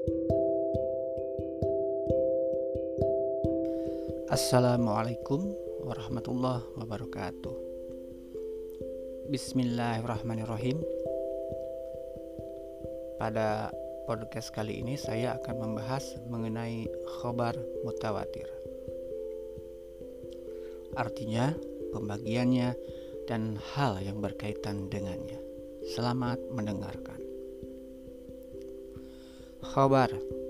Assalamualaikum warahmatullahi wabarakatuh. Bismillahirrahmanirrahim. Pada podcast kali ini saya akan membahas mengenai khobar mutawatir. Artinya, pembagiannya, dan hal yang berkaitan dengannya. Selamat mendengarkan. Khobar.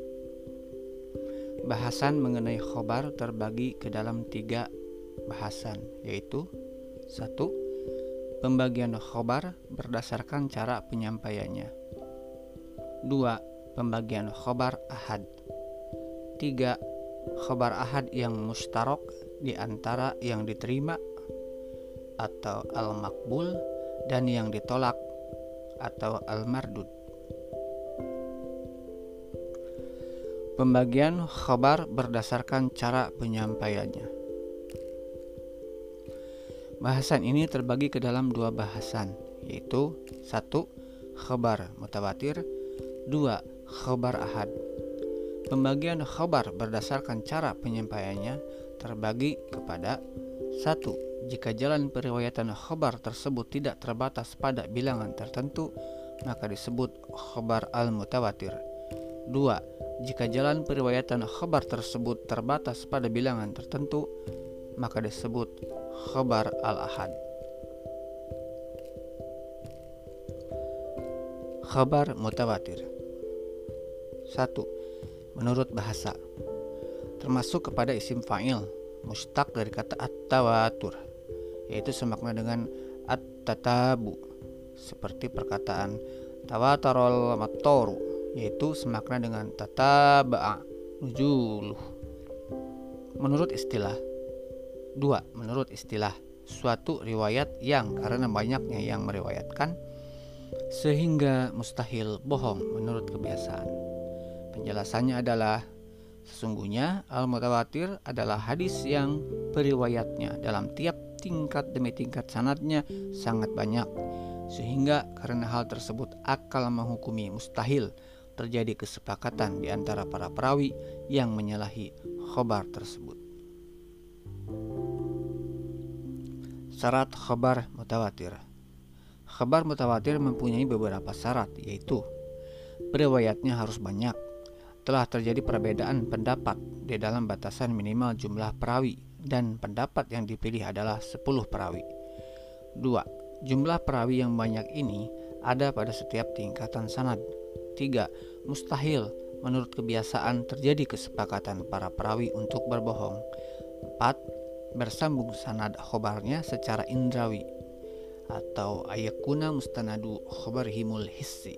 Bahasan mengenai khobar terbagi ke dalam 3 bahasan, yaitu 1. Pembagian khobar berdasarkan cara penyampaiannya. 2. Pembagian khobar ahad. 3. Khobar ahad yang mustarok di antara yang diterima atau al-makbul dan yang ditolak atau al-mardud. Pembagian khobar berdasarkan cara penyampaiannya. Bahasan ini terbagi ke dalam 2 bahasan, yaitu 1. Khobar mutawatir, 2. Khobar ahad. Pembagian khobar berdasarkan cara penyampaiannya terbagi kepada 1. Jika jalan periwayatan khobar tersebut tidak terbatas pada bilangan tertentu, maka disebut khobar al-mutawatir. 2. Jika jalan periwayatan khobar tersebut terbatas pada bilangan tertentu, maka disebut khobar al-ahad. Khobar mutawatir. 1. Menurut bahasa, termasuk kepada isim fa'il, mustaq dari kata at-tawatur, yaitu semakna dengan at-tatabu, seperti perkataan tawatarol matoru, yaitu semakna dengan tataba'a nuzuluh. Menurut istilah. 2. Menurut istilah, suatu riwayat yang karena banyaknya yang meriwayatkan sehingga mustahil bohong menurut kebiasaan. Penjelasannya adalah, sesungguhnya al-mutawatir adalah hadis yang periwayatnya dalam tiap tingkat demi tingkat sanadnya sangat banyak, sehingga karena hal tersebut akal menghukumi mustahil terjadi kesepakatan di antara para perawi yang menyalahi khobar tersebut. Syarat khobar mutawatir. Khobar mutawatir mempunyai beberapa syarat, yaitu periwayatnya harus banyak, telah terjadi perbedaan pendapat di dalam batasan minimal jumlah perawi, dan pendapat yang dipilih adalah 10 perawi. 2. Jumlah perawi yang banyak ini ada pada setiap tingkatan sanad. 3. Mustahil menurut kebiasaan terjadi kesepakatan para perawi untuk berbohong. 4. Bersambung sanad khobarnya secara indrawi atau ayakuna mustanadu khobarhimul hissi.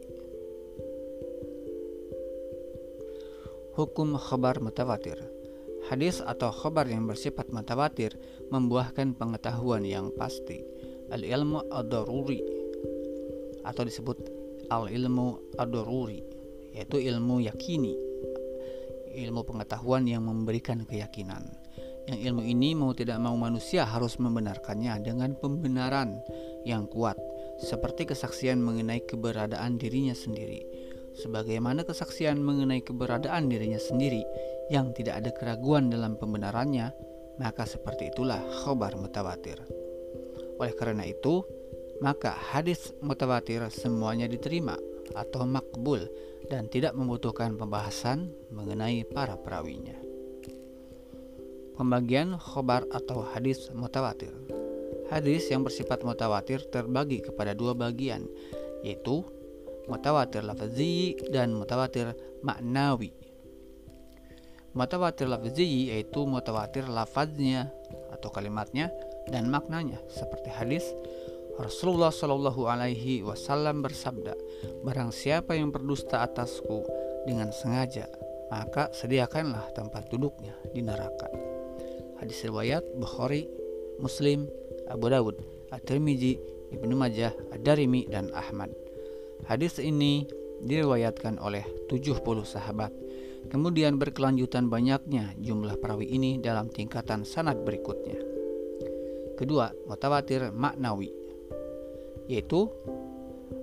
Hukum khobar mutawatir. Hadis atau khobar yang bersifat mutawatir membuahkan pengetahuan yang pasti, al-ilmu ad-daruri, atau disebut al-ilmu ad-daruri, yaitu ilmu yakini, ilmu pengetahuan yang memberikan keyakinan. Yang ilmu ini mau tidak mau manusia harus membenarkannya dengan pembenaran yang kuat, seperti kesaksian mengenai keberadaan dirinya sendiri. Sebagaimana kesaksian mengenai keberadaan dirinya sendiri yang tidak ada keraguan dalam pembenarannya, maka seperti itulah khobar mutawatir. Oleh karena itu, maka hadis mutawatir semuanya diterima atau makbul dan tidak membutuhkan pembahasan mengenai para perawinya. Pembagian khobar atau hadis mutawatir. Hadis yang bersifat mutawatir terbagi kepada 2 bagian, yaitu mutawatir lafzi dan mutawatir maknawi. Mutawatir lafzi yaitu mutawatir lafaznya atau kalimatnya dan maknanya, seperti hadis Rasulullah Shallallahu Alaihi Wasallam bersabda, barang siapa yang berdusta atasku dengan sengaja, maka sediakanlah tempat duduknya di neraka. Hadis riwayat Bukhari, Muslim, Abu Dawud, At-Tirmizi, Ibnu Majah, Ad-Darimi, dan Ahmad. Hadis ini diriwayatkan oleh 70 sahabat. Kemudian berkelanjutan banyaknya jumlah perawi ini dalam tingkatan sanad berikutnya. Kedua, mutawatir maknawi, yaitu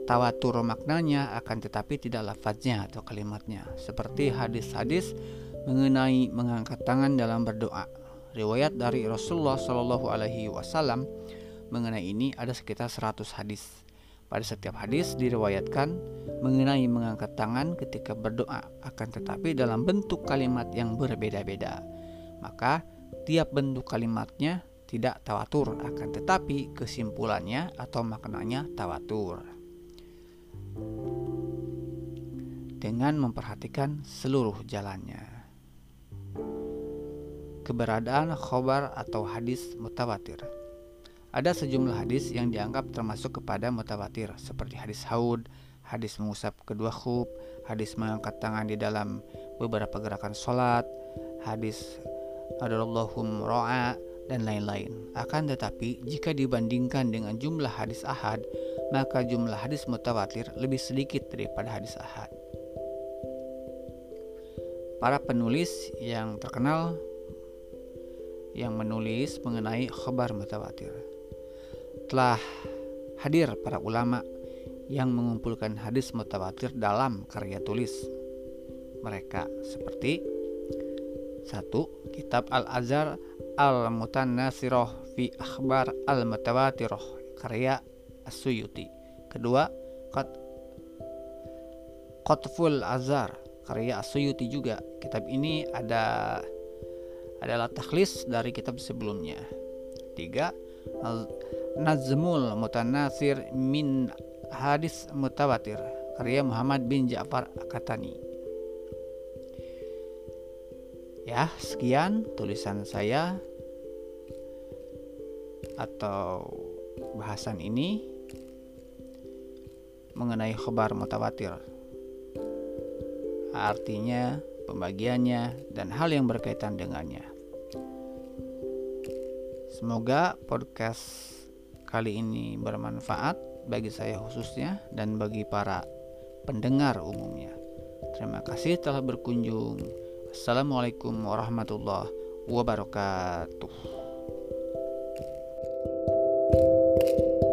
tawatur maknanya akan tetapi tidak lafaznya atau kalimatnya, seperti hadis-hadis mengenai mengangkat tangan dalam berdoa. Riwayat dari Rasulullah Shallallahu Alaihi Wasallam mengenai ini ada sekitar 100 hadis. Pada setiap hadis diriwayatkan mengenai mengangkat tangan ketika berdoa, akan tetapi dalam bentuk kalimat yang berbeda-beda. Maka tiap bentuk kalimatnya tidak tawatur, akan tetapi kesimpulannya atau maknanya tawatur. Dengan memperhatikan seluruh jalannya. Keberadaan khobar atau hadis mutawatir. Ada sejumlah hadis yang dianggap termasuk kepada mutawatir, seperti hadis haud, hadis mengusap kedua khuf, hadis mengangkat tangan di dalam beberapa gerakan sholat, hadis adallahum ro'a, dan lain-lain. Akan tetapi jika dibandingkan dengan jumlah hadis ahad, maka jumlah hadis mutawatir lebih sedikit daripada hadis ahad. Para penulis yang terkenal yang menulis mengenai khabar mutawatir, telah hadir para ulama yang mengumpulkan hadis mutawatir dalam karya tulis mereka, seperti 1. Kitab Al-Azhar Al-Mutanatsirah fi Akhbar Al-Mutawatirah karya As-Suyuti. 2. Qatful Azhar karya As-Suyuti juga. Kitab ini adalah takhlis dari kitab sebelumnya. 3. Nazmul Mutanatsir min Hadis Mutawatir karya Muhammad bin Ja'far Akatani. Ya, sekian tulisan saya atau bahasan ini mengenai khabar mutawatir. Artinya, pembagiannya, dan hal yang berkaitan dengannya. Semoga podcast kali ini bermanfaat bagi saya khususnya dan bagi para pendengar umumnya. Terima kasih telah berkunjung. Assalamualaikum warahmatullahi wabarakatuh.